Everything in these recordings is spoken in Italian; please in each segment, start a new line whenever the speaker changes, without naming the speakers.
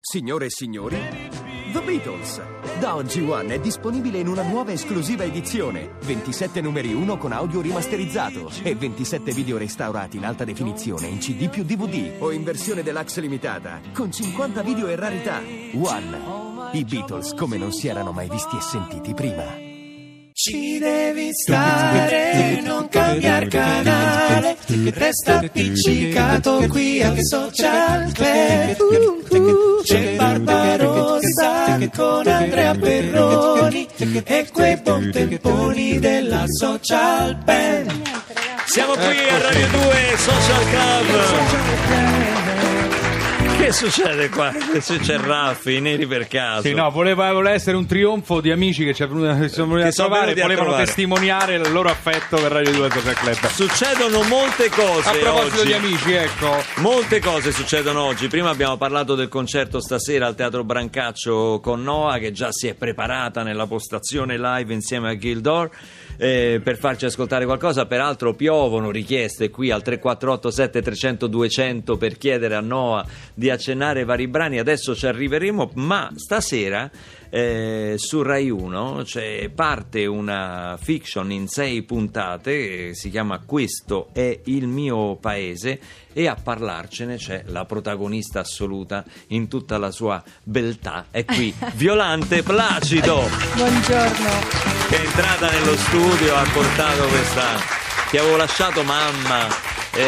Signore e signori, The Beatles. Da oggi One è disponibile in una nuova esclusiva edizione. 27 numeri 1 con audio rimasterizzato e 27 video restaurati in alta definizione in CD più DVD o in versione deluxe limitata con 50 video e rarità. One. I Beatles come non si erano mai visti e sentiti prima.
Ci devi stare, non cambiare canale, resta appiccicato qui al Social Club. C'è Barbarossa con Andrea Perroni e quei buon della Social Band.
Siamo qui a Radio 2 Social Club. Che succede qua? C'è Raffi, neri per caso.
Sì, no, voleva essere un trionfo di amici che sono venuti a trovare, volevano testimoniare il loro affetto per Radio 2 Social Club.
Succedono molte cose.
A proposito
oggi
di amici, ecco.
Molte cose succedono oggi. Prima abbiamo parlato del concerto stasera al Teatro Brancaccio con Noa, che già si è preparata nella postazione live insieme a Gildor. Per farci ascoltare qualcosa. Peraltro piovono richieste qui al 348 7300 200 per chiedere a Noa di accennare vari brani. Adesso ci arriveremo, ma stasera su Rai 1 parte una fiction in 6 puntate, si chiama Questo è il mio paese, e a parlarcene c'è la protagonista assoluta in tutta la sua beltà. È qui Violante Placido.
Buongiorno.
Che è entrata nello studio, ha portato questa. Ti avevo lasciato mamma.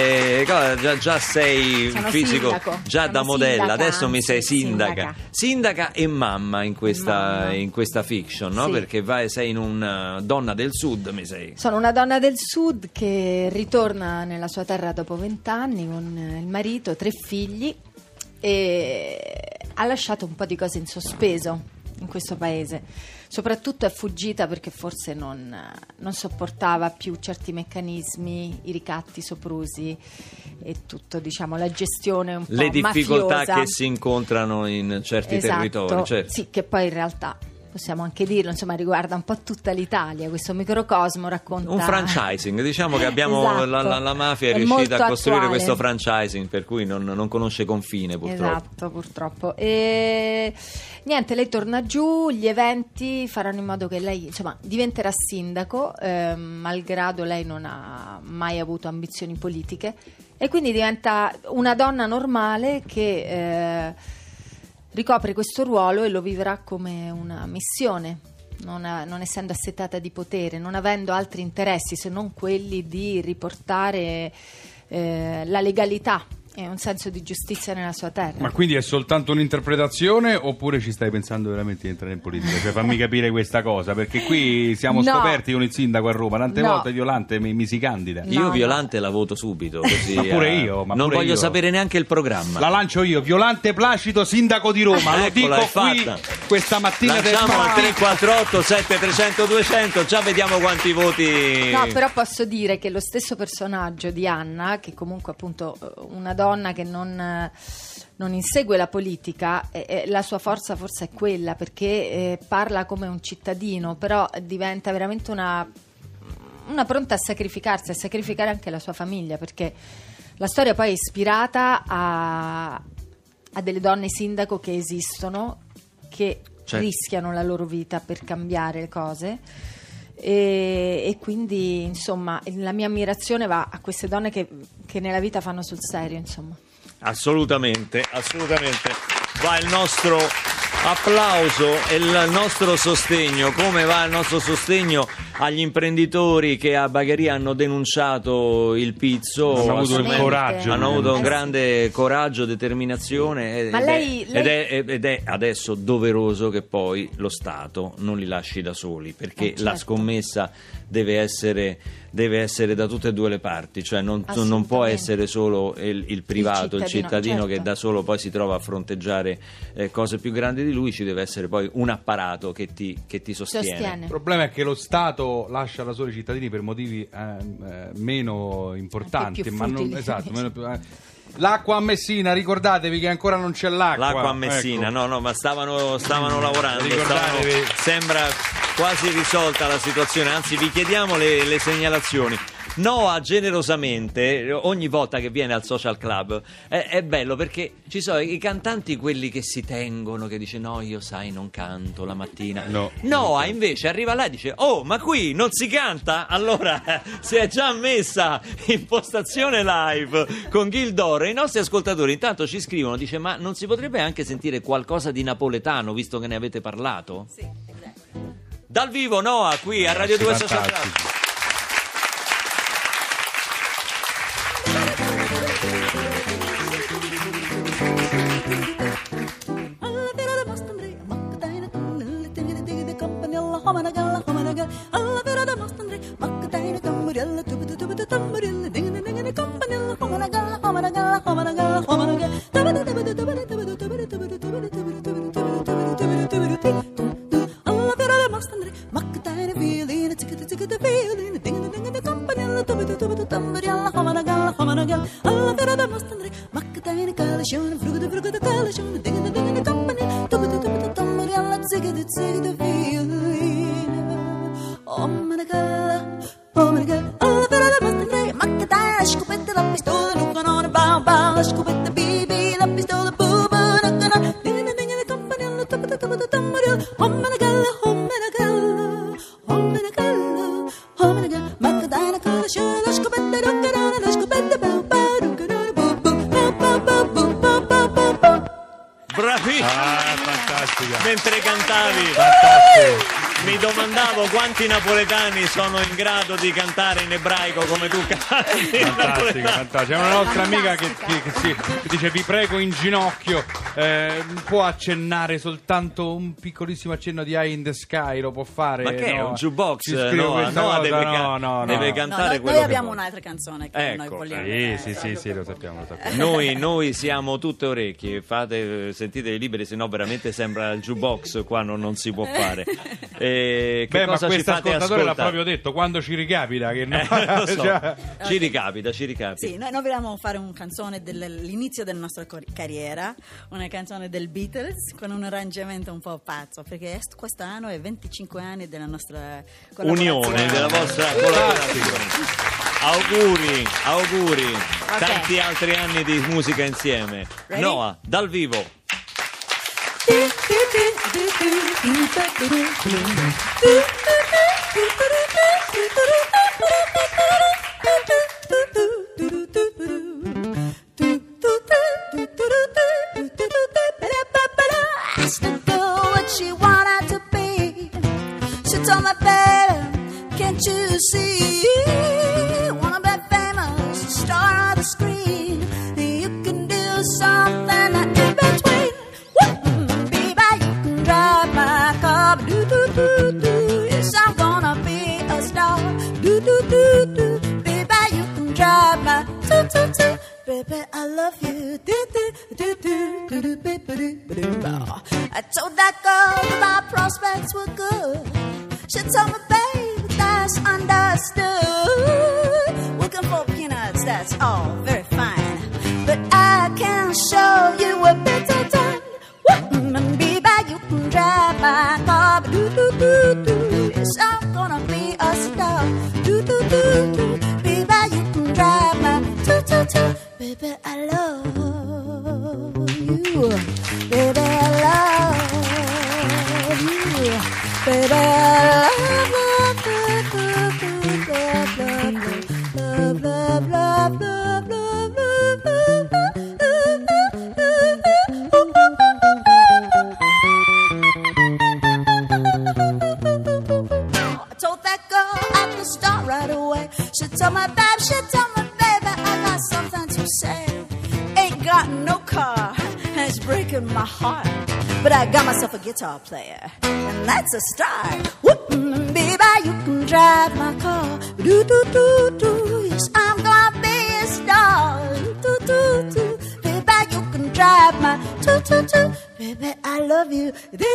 Già sei
sono
fisico,
sindaco.
già
Sono
da modella,
sindaca,
adesso mi sei
sindaca.
Sindaca e mamma in questa fiction, no?
Sì.
Perché sei in una donna del sud, mi sei.
Sono una donna del sud che ritorna nella sua terra dopo 20 anni con il marito, 3 figli, e ha lasciato un po' di cose in sospeso in questo paese. Soprattutto è fuggita perché forse non sopportava più certi meccanismi, i ricatti soprusi e tutto, diciamo, la gestione un po'
Le difficoltà
mafiosa
che si incontrano in certi territori, certo.
Sì, che poi in realtà possiamo anche dirlo, insomma, riguarda un po' tutta l'Italia. Questo microcosmo racconta
un franchising, diciamo che abbiamo
esatto.
la mafia è
È
riuscita a costruire
attuale.
questo franchising, per cui non conosce confine, purtroppo.
Esatto, purtroppo. E niente, lei torna giù, gli eventi faranno in modo che lei, insomma, diventerà sindaco, malgrado lei non ha mai avuto ambizioni politiche, e quindi diventa una donna normale che ricopre questo ruolo e lo vivrà come una missione, non essendo assetata di potere, non avendo altri interessi se non quelli di riportare la legalità e un senso di giustizia nella sua terra.
Ma quindi è soltanto un'interpretazione oppure ci stai pensando veramente di entrare in politica? Cioè, fammi capire questa cosa, perché qui siamo scoperti con il sindaco a Roma, tante volte Violante mi si candida.
Io Violante la voto subito, così
Ma pure io,
non voglio sapere neanche il programma.
La lancio io, Violante Placido, sindaco di Roma. Lo dico
Eccola, è
qui
fatta.
questa mattina.
Lanciamo al 348 7300 200, già vediamo quanti voti.
No, però posso dire che lo stesso personaggio di Anna, che comunque appunto una donna che non insegue la politica, la sua forza forse è quella, perché parla come un cittadino, però diventa veramente una pronta a sacrificarsi, a sacrificare anche la sua famiglia, perché la storia poi è ispirata a delle donne sindaco che esistono, che rischiano la loro vita per cambiare le cose. E quindi, insomma, la mia ammirazione va a queste donne che nella vita fanno sul serio, insomma.
Assolutamente va il nostro applauso e il nostro sostegno. Come va il nostro sostegno agli imprenditori che a Bagheria hanno denunciato il pizzo,
hanno avuto il coraggio,
hanno avuto un grande coraggio, determinazione,
Ma lei...
ed è adesso doveroso che poi lo Stato non li lasci da soli, perché
certo.
la scommessa deve essere da tutte e due le parti, cioè non può essere solo il privato, il cittadino
certo.
che da solo poi si trova a fronteggiare cose più grandi di lui. Ci deve essere poi un apparato che ti sostiene.
Il problema è che lo Stato lascia da soli i cittadini per motivi meno importanti,
più
ma non
futili.
esatto, meno più, l'acqua a Messina, ricordatevi che ancora non c'è l'acqua
a Messina,
ecco.
no, ma stavano lavorando, sembra quasi risolta la situazione, anzi vi chiediamo le segnalazioni. Noah generosamente ogni volta che viene al Social Club è bello perché ci sono i cantanti, quelli che si tengono, che dice no, io sai non canto la mattina.
No.
Noah invece arriva là e dice oh, ma qui non si canta? Allora si è già messa in postazione live con Gildor e i nostri ascoltatori intanto ci scrivono, dice ma non si potrebbe anche sentire qualcosa di napoletano visto che ne avete parlato?
Sì, esatto.
Dal vivo Noah qui a Radio 2 Social Club. Bravissimo!
Fantastica!
Mentre cantavi, mi domandavo quanti napoletani sono in grado di cantare in ebraico come tu canti.
Fantastico, fantastico. C'è una nostra amica che dice vi prego in ginocchio, può accennare soltanto un piccolissimo accenno di Eye in the Sky, lo può fare?
Ma che è un jukebox?
Deve
cantare quello
noi abbiamo un'altra canzone che noi vogliamo.
Sì, lo sappiamo.
Noi siamo tutte orecchie, sentitevi liberi, se no veramente sembra il jukebox, qua non si può fare. Che
ma
cosa ci
questo
fate
ascoltatore l'ha
ascoltare?
proprio detto, quando ci ricapita che no.
Lo so.
Cioè...
Ci ricapita.
Sì, noi vogliamo fare una canzone dell'inizio della nostra carriera, una canzone del Beatles con un arrangiamento un po' pazzo, perché quest'anno è 25 anni della nostra
unione, della vostra collaborazione. Auguri,
Ok.
tanti altri anni di musica insieme.
Ready?
Noah, dal vivo.
Asked the girl what she wanted to be. She told me, baby, can't you see? Wanna be famous, star on the screen. You can do something in between. Baby, you can drive my car. Do-do-do-do. Yes, I'm gonna be a star. Do-do-do-do. Baby, you can drive my do-do-do. Baby, I love you. I told that girl that my prospects were good. She told me, babe, that's understood. Working for peanuts, that's all very fine. But I can show you a better time. Baby, you can drive my car. Do-do-do-do. Yes, I'm gonna be a star. Do-do-do-do. Baby, you can drive my do-do-do. Baby, I love you. Baby, I love you. Baby, I I told that girl I could start right away. She told my babe, baby, I got something to say. Ain't got no car, and it's breaking my heart. But I got myself a guitar player, and that's a start. Baby, you can drive my car. Do-do-do-do. Yes, I'm gonna be a star. Do-do-do-do. Baby, you can drive my do-do-do. Baby, I love you.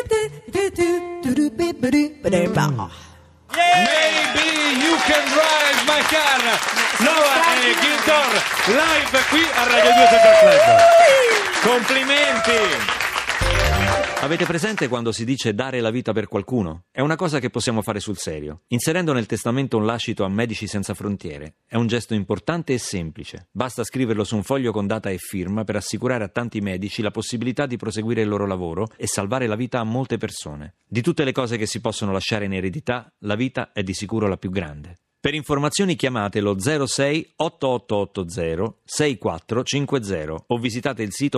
Do-do-do-do-do-do-do-do-do-do.
Maybe you can drive my car. Noah e Gildor live qui a Radio 2 Social Club.
Complimenti! Avete presente quando si dice dare la vita per qualcuno? È una cosa che possiamo fare sul serio. Inserendo nel testamento un lascito a Medici Senza Frontiere. È un gesto importante e semplice. Basta scriverlo su un foglio con data e firma per assicurare a tanti medici la possibilità di proseguire il loro lavoro e salvare la vita a molte persone. Di tutte le cose che si possono lasciare in eredità, la vita è di sicuro la più grande. Per informazioni chiamate lo 06 8880 6450 o visitate il sito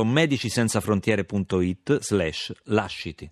medicisenzafrontiere.it/lasciti.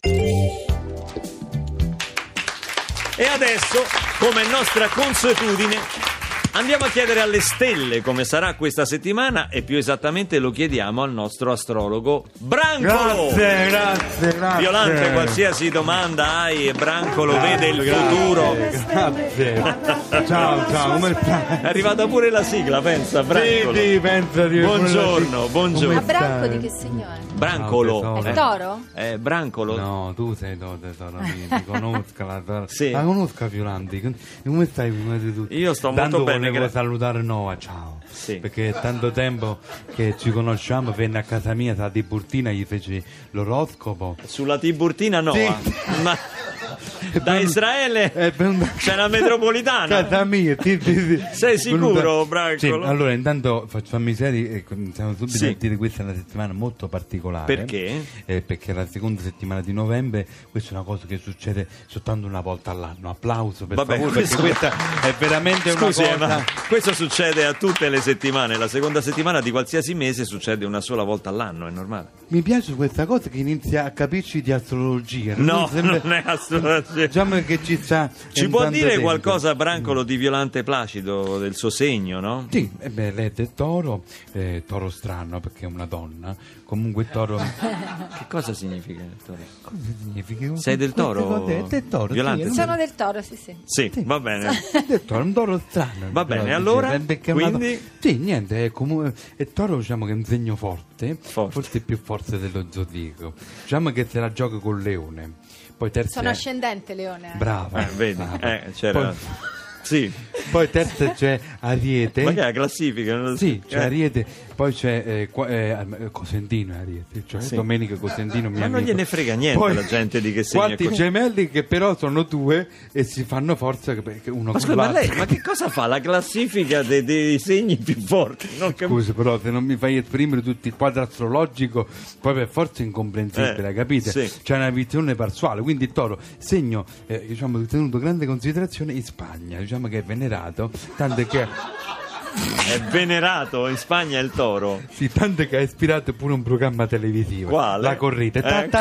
E adesso, come nostra consuetudine, andiamo a chiedere alle stelle come sarà questa settimana e più esattamente lo chiediamo al nostro astrologo Brancolo.
Grazie.
Violante, qualsiasi domanda hai, Brancolo vede il futuro.
Grazie. Ciao, come stai?
È arrivata pure la sigla, pensa, Brancolo.
Sì, pensa di
Buongiorno.
Ma Branco di che segno è?
Brancolo.
Ciao,
È toro?
Brancolo.
No, tu sei tesoro mio, ti conosco
Sì.
la conosco Violante. Come stai prima di tutto?
Io sto molto
Tanto
bene,
volevo salutare Noa, ciao.
Sì.
Perché è tanto tempo che ci conosciamo, venne a casa mia, da Tiburtina, gli feci l'oroscopo.
Sulla Tiburtina no,
Sì.
ma da Israele c'è la metropolitana.
Casa mia,
Sei sicuro,
Sì,
Brancolo?
allora intanto fammi serie e iniziamo subito
Sì.
a dire che questa è una settimana molto particolare.
Perché?
Perché la seconda settimana di novembre, questa è una cosa che succede soltanto una volta all'anno. Applauso per
Vabbè,
favore,
questo-
perché questa è veramente
Scusi,
una cosa.
ma questo succede a tutte le settimane. La seconda settimana di qualsiasi mese succede una sola volta all'anno, è normale.
Mi piace questa cosa che inizia a capirci di astrologia.
No,
Sembra-
non è astrologia.
Diciamo che ci sta.
Ci può
entrando
dire
dentro.
qualcosa, Brancolo, di Violante Placido, del suo segno, no?
Sì, lei è toro, toro strano perché è una donna. Comunque toro.
Che cosa significa il toro?
Cosa significa?
Sei del toro?
È del toro.
Violante,
sì,
Sono del toro, sì, sì.
Sì, va bene.
è del toro, è un toro strano.
Va bene,
Però,
allora,
dice, perché è una
quindi?
Sì, niente, è toro, diciamo che è un segno forte,
Forte.
forse più forte dello zodiaco. Diciamo che se la gioca col leone. Poi terza
Sono ascendente, Leone.
Brava.
Vedi,
brava.
c'era.
Poi,
Sì.
poi terza c'è Ariete.
Ma che è la classifica? Non lo so.
Sì, c'è Ariete, poi c'è Cosentino e Ariete, cioè
Sì.
Domenica Cosentino mio
Ma non
amico.
gliene frega niente
Poi,
la gente di che segno è
quanti
questo.
gemelli che però sono due e si fanno forza perché uno
Ma
con
scusa, ma
l'altro.
lei, ma che cosa fa? La classifica dei segni più forti? Non capisco.
Scusa, però se non mi fai esprimere tutto il quadro astrologico, poi per forza è incomprensibile, capite?
sì.
C'è una visione parziale, quindi il toro, segno, diciamo, tenuto grande considerazione in Spagna, diciamo che è venerato, tanto che,
È venerato in Spagna il toro.
sì, tanto che ha ispirato pure un programma televisivo.
Quale?
La corrida.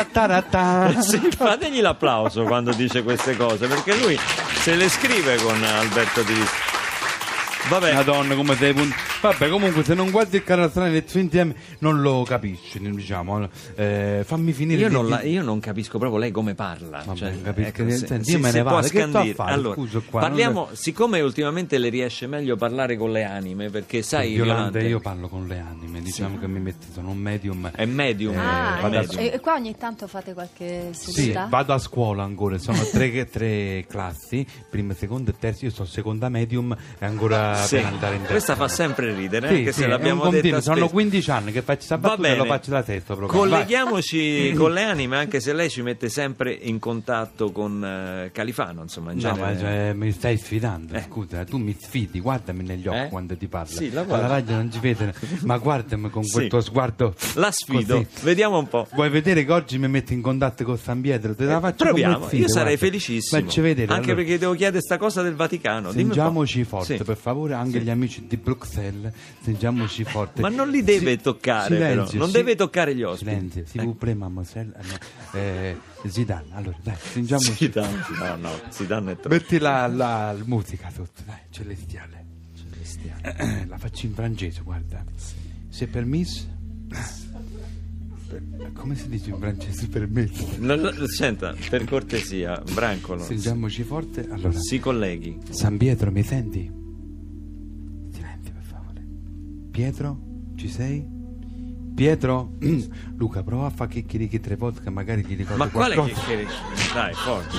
Sì, fategli l'applauso quando dice queste cose, perché lui se le scrive con Alberto Di Visto. Vabbè,
Madonna, come sei vabbè, comunque se non guardi il Carastrani nel suo insieme non lo capisci, diciamo. Fammi finire
io non capisco proprio lei come parla.
Vabbè,
Cioè,
capisco,
se-
senti,
se-
io me
se
ne
può
vado, che sto a
scandire.
fare?
Allora,
Scusa qua,
parliamo, siccome ultimamente le riesce meglio parlare con le anime, perché sai,
Violante,
Violante
io parlo con le anime, diciamo che mi metti, sono un medium.
è medium.
Ah,
è
vado a
medium.
e qua ogni tanto fate qualche
Sì,
seduta?
vado a scuola ancora, sono tre classi, prima, seconda e terza, io sono seconda medium e ancora
Sì.
per andare in terza.
Questa fa sempre ridere,
Sì,
anche
sì,
se
è
l'abbiamo
un
detta
continuo, sono
spesso.
15 anni che faccio sta
Va
battuta e lo
bene.
faccio da testa proprio. Vai.
Colleghiamoci con le anime, anche se lei ci mette sempre in contatto con Califano, insomma, in
No,
genere.
ma mi stai sfidando, scusa, tu mi sfidi, guardami negli occhi
Eh?
quando ti parlo.
Sì, la
alla
guardo.
radio non ci vede, ma guardami con
Sì.
quel tuo sguardo.
La sfido,
così.
vediamo un po'.
Vuoi vedere che oggi mi metto in contatto con San Pietro? Te la faccio
Proviamo,
come sfida,
io sarei
guarda.
felicissimo.
Facci vedere.
Anche
allora.
perché devo chiedere sta cosa del Vaticano. Dimmi un po'.
Stringiamoci forte,
Sì.
per favore, anche gli amici di Bruxelles, stringiamoci forte.
Ma non li deve
Sì,
toccare, però. Non deve toccare gli ospiti.
Silenzio, si vous plaît, mademoiselle. Zidane, allora dai, stringiamoci.
Zidane, no, Zidane è troppo.
Metti la musica sotto, dai, celestiale. La faccio in francese, guarda. Se permesso. Come si dice in francese permesso?
Senta, per cortesia, Brancolo,
Stringiamoci forte. Allora,
si colleghi.
San Pietro, mi senti? Silenzio, per favore. Pietro, ci sei? Pietro? Luca, prova a fare chicchirichi 3 volte che magari gli ricordo
Ma quale
qualcosa.
che... Dai, forte.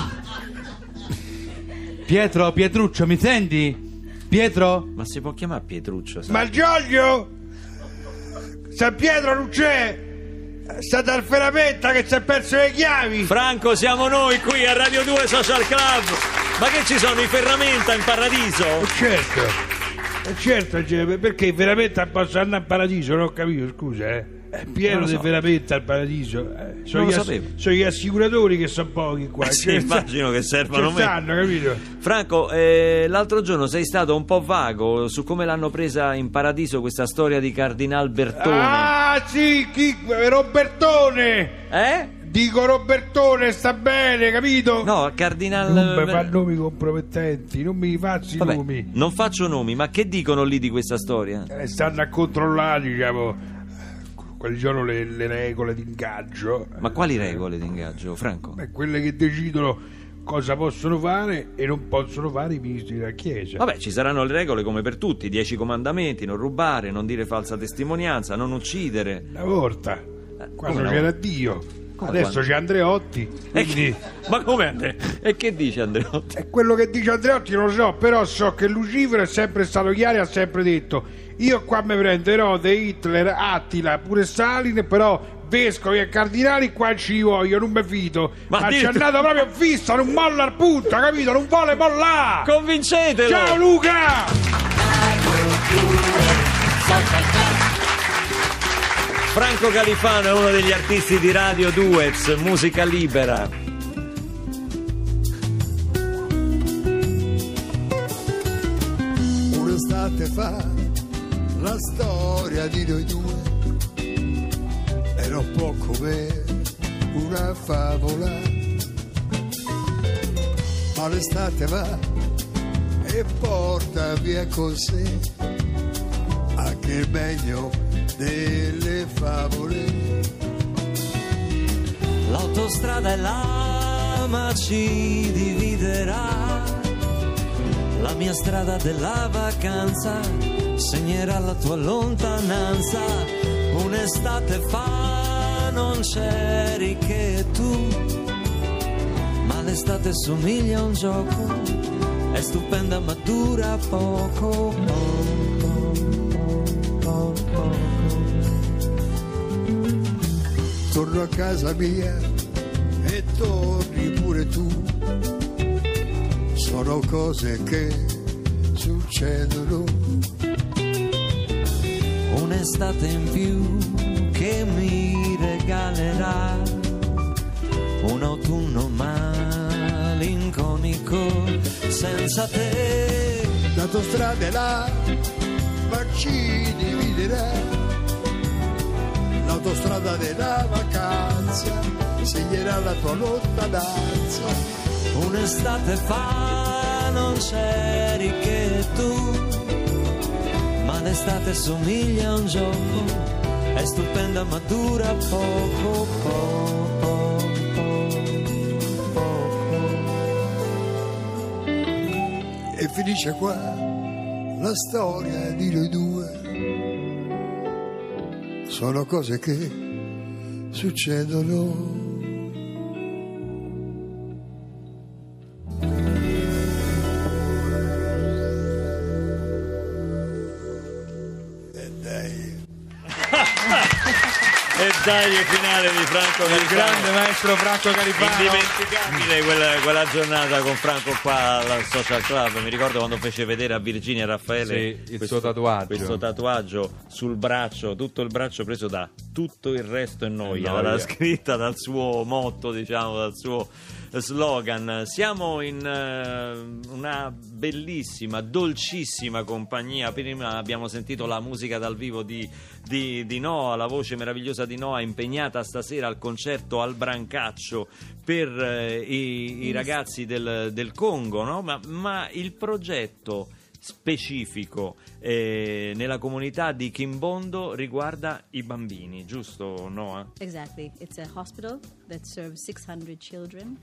Pietro, Pietruccio, mi senti? Pietro?
Ma si può chiamare Pietruccio, sai?
Malgioglio! San Pietro non c'è!
È stata al Ferramenta che si è perso le chiavi.
Franco, siamo noi qui a Radio 2 Social Club. Ma che ci sono i Ferramenta in paradiso?
Certo, perché veramente posso andare in paradiso? Non ho capito, scusa, È pieno di veramente al paradiso. Sono gli assicuratori che sono pochi qua.
Sì, immagino che servano meno.
Capito?
Franco, l'altro giorno sei stato un po' vago su come l'hanno presa in paradiso questa storia di Cardinal Bertone.
Ah, sì, Robertone! Dico Robertone, sta bene, capito?
No, Cardinal...
Non mi fa nomi compromettenti, non mi faccio i nomi.
Non faccio nomi, ma che dicono lì di questa storia?
Stanno a controllare, diciamo, quali sono le regole di ingaggio.
Ma quali regole di ingaggio, Franco?
Quelle che decidono cosa possono fare e non possono fare i ministri della Chiesa.
Vabbè, ci saranno le regole come per tutti, 10 comandamenti, non rubare, non dire falsa testimonianza, non uccidere.
Una volta, quando c'era Dio. Adesso c'è Andreotti, quindi...
Ma come Andreotti? E che dice Andreotti?
È quello che dice Andreotti non lo so, però so che Lucifero è sempre stato chiaro e ha sempre detto: io qua mi prendo Erode, Hitler, Attila, pure Stalin, però vescovi e cardinali qua ci voglio, non mi fido. Ma c'è andato proprio fissa, non molla al punto, capito? Non vuole mollare.
Convincetelo.
Ciao Luca.
Franco Califano è uno degli artisti di Radio Duez, musica libera.
Un'estate fa la storia di noi due era un po' come una favola, ma l'estate va e porta via con sé anche il meglio delle favole.
L'autostrada e l'ama ci dividerà, la mia strada della vacanza segnerà la tua lontananza. Un'estate fa non c'eri che tu, ma l'estate somiglia a un gioco, è stupenda ma dura poco.
Torno a casa mia e torni pure tu, sono cose che succedono.
Un'estate in più che mi regalerà un autunno malinconico senza te.
L'autostrada è là, ma ci dividerà. L'autostrada della vacanza segnerà la tua lontananza.
Un'estate fa non c'eri che tu, ma l'estate somiglia a un gioco, è stupenda ma dura poco.
E finisce qua la storia di noi due, sono cose che succedono.
E dai, il finale di Franco Califano.
Il grande maestro Franco Califano.
Indimenticabile quella giornata con Franco qua al Social Club. Mi ricordo quando fece vedere a Virginia e Raffaele
suo tatuaggio.
Questo tatuaggio sul braccio, tutto il braccio preso da tutto il resto è noia, dalla scritta, dal suo motto, diciamo, dal suo slogan. Siamo in una bellissima, dolcissima compagnia. Prima abbiamo sentito la musica dal vivo di Noah, la voce meravigliosa di Noah, impegnata stasera al concerto al Brancaccio per i ragazzi del Congo, no? Ma il progetto specifico nella comunità di Kimbondo riguarda i bambini, giusto Noah?
Exactly. It's a hospital that serves 600 children.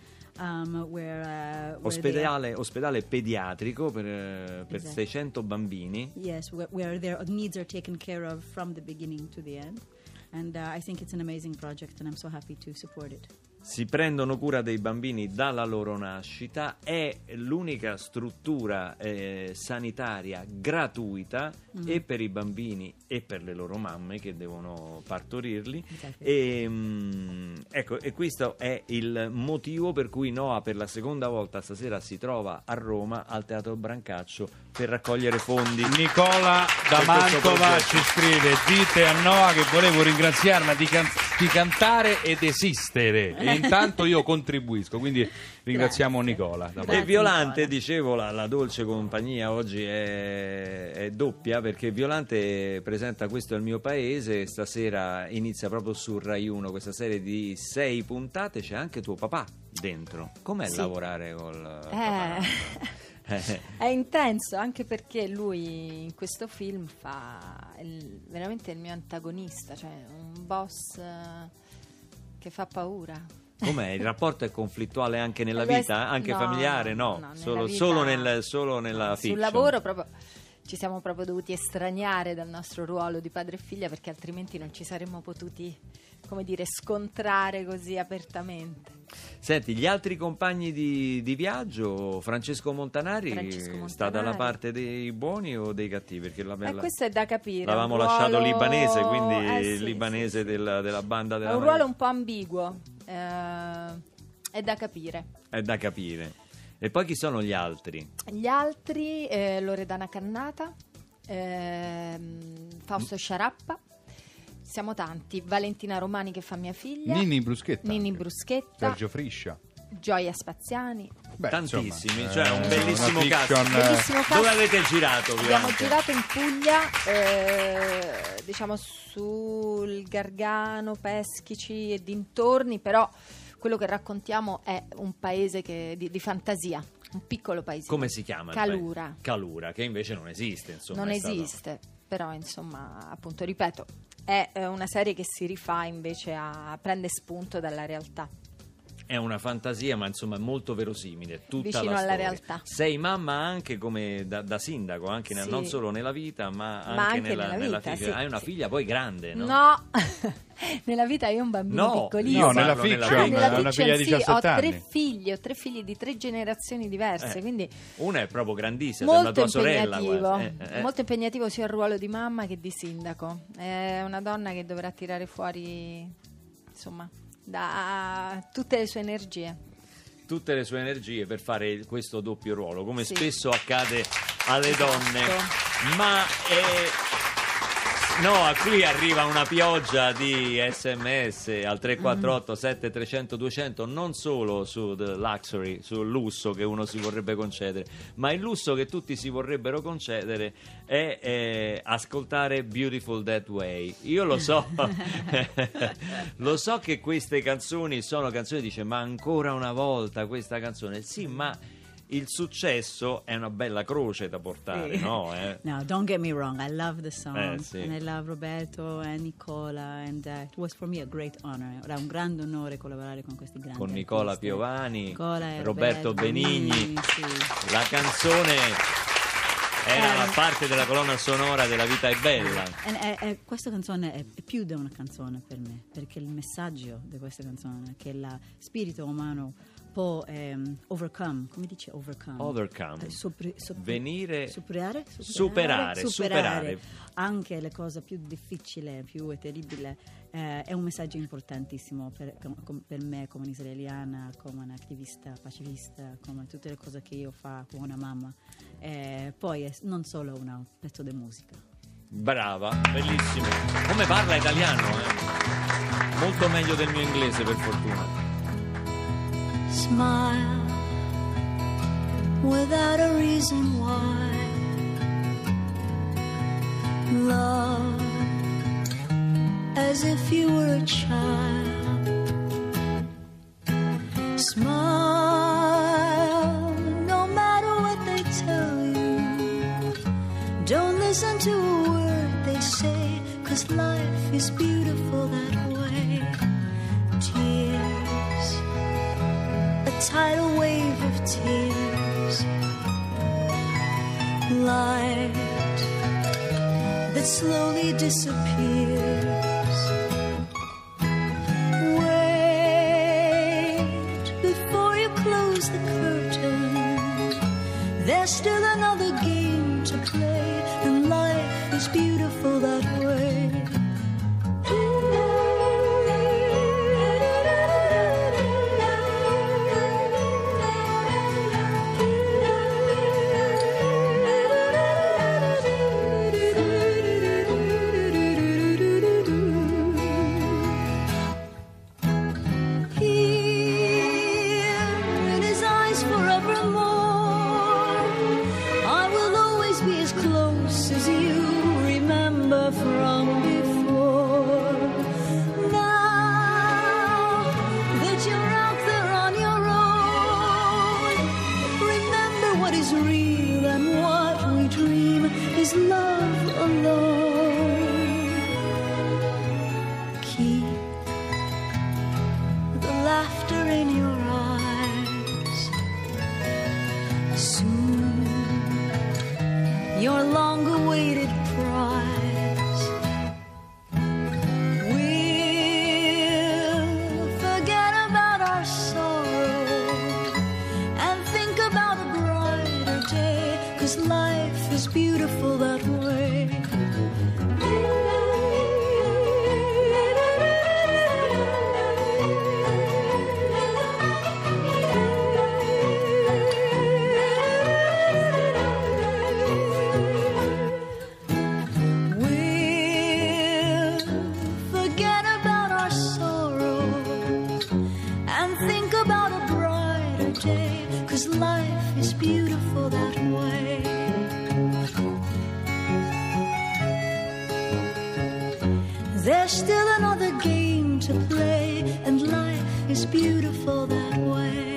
Ospedale pediatrico per 600 bambini.
Yes, where their needs are taken care of from the beginning to the end. And I think it's an amazing project and I'm so happy to support it.
si prendono cura dei bambini dalla loro nascita, è l'unica struttura sanitaria gratuita e per i bambini e per le loro mamme che devono partorirli. E questo è il motivo per cui Noa per la seconda volta stasera si trova a Roma al Teatro Brancaccio per raccogliere fondi.
Nicola da Mantova ci scrive: dite a Noa che volevo ringraziarla di cantare ed esistere, e intanto io contribuisco, quindi ringraziamo Nicola da Mantova.
E Violante, dicevo, la dolce compagnia oggi è doppia, perché Violante presenta Questo è il mio paese, stasera inizia proprio su Rai 1 questa serie di 6 puntate, c'è anche tuo papà dentro. Com'è lavorare col papà?
È intenso, anche perché lui in questo film veramente il mio antagonista, cioè un boss che fa paura.
Com'è? Il rapporto è conflittuale anche nella vita? Anche familiare? No, solo nella fiction.
Sul lavoro proprio ci siamo proprio dovuti estraniare dal nostro ruolo di padre e figlia, perché altrimenti non ci saremmo potuti, come dire, scontrare così apertamente.
Senti, gli altri compagni di viaggio, Francesco Montanari sta dalla parte dei buoni o dei cattivi? Perché
questo è da capire.
L'avevamo lasciato libanese, quindi il libanese della banda della...
È un ruolo un po' ambiguo, è da capire.
È da capire. E poi chi sono gli altri?
Gli altri, Loredana Cannata, Fausto Sciarappa, siamo tanti, Valentina Romani che fa mia figlia,
Nini Bruschetta,
Sergio
Friscia,
Gioia Spaziani.
Tantissimi,
insomma,
cioè un bellissimo cast. Dove avete girato?
Abbiamo girato in Puglia, diciamo sul Gargano, Peschici e dintorni, però quello che raccontiamo è un paese di fantasia, un piccolo paese.
Come si chiama?
Calura.
Calura, che invece non esiste, insomma.
Non esiste, però insomma, appunto, ripeto, è una serie che si rifà invece prende spunto dalla realtà.
È una fantasia, ma insomma è molto verosimile, tutta
vicino
la
alla
storia.
Realtà.
Sei mamma anche come da sindaco, anche
sì.
Non solo nella vita, ma anche nella
vita,
figlia.
sì,
Hai una figlia poi grande, no?
No, nella vita io ho un bambino piccolissimo.
No, nella fiction
nella
una figlia di 17
ho
anni.
Ho 3 figli di 3 generazioni diverse, quindi
una è proprio grandissima, sembra tua sorella.
Molto impegnativo sia il ruolo di mamma che di sindaco. È una donna che dovrà tirare fuori, insomma, da tutte le sue energie.
Tutte le sue energie per fare questo doppio ruolo, come spesso accade alle donne. Ma no, qui arriva una pioggia di SMS al 348 7300 200, non solo sul luxury, sul lusso che uno si vorrebbe concedere, ma il lusso che tutti si vorrebbero concedere è ascoltare Beautiful That Way. Io lo so, lo so che queste canzoni sono canzoni, dice, ma ancora una volta questa canzone? Sì, ma il successo è una bella croce da portare, no?
No, don't get me wrong, I love the song,
sì.
and I love Roberto and Nicola, and it was for me a great honor. Era un grande onore collaborare con questi grandi
con Nicola
artisti.
Piovani,
Nicola e
Roberto Benigni.
Sì.
La canzone era la parte della colonna sonora della Vita è bella.
Questa canzone è più di una canzone per me, perché il messaggio di questa canzone è che lo spirito umano può overcome, come dice overcome? Superare anche le cose più difficili, più terribili. È un messaggio importantissimo per me come israeliana, come un'attivista pacifista, come tutte le cose che io faccio come una mamma. Poi è non solo un pezzo di musica.
Brava, bellissimo. Come parla italiano, molto meglio del mio inglese, per fortuna.
Smile without a reason why. Love as if you were a child. Smile no matter what they tell you. Don't listen to a word they say, 'cause life is beautiful that way. Tears, a tidal wave of tears, light that slowly disappears, waves close the curtain, there's still another game to play, and life is beautiful that way. Love alone. Keep the laughter in your eyes. Soon your long-awaited prize will forget about our sorrow and think about a brighter day, 'cause life is beautiful that way. We'll forget about our sorrow and think about a brighter day, 'cause life is beautiful that way. There's still another game to play, and life is beautiful that way.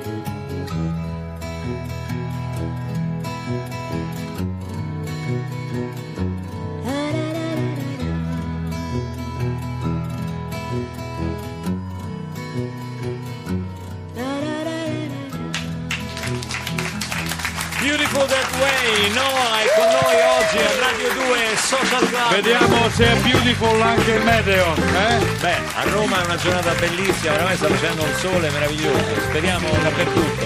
Beautiful That Way, Noah è con noi oggi a Radio 2 Social Club.
Vediamo se è beautiful anche il meteo.
Beh, a Roma è una giornata bellissima, veramente sta facendo un sole meraviglioso, speriamo dappertutto.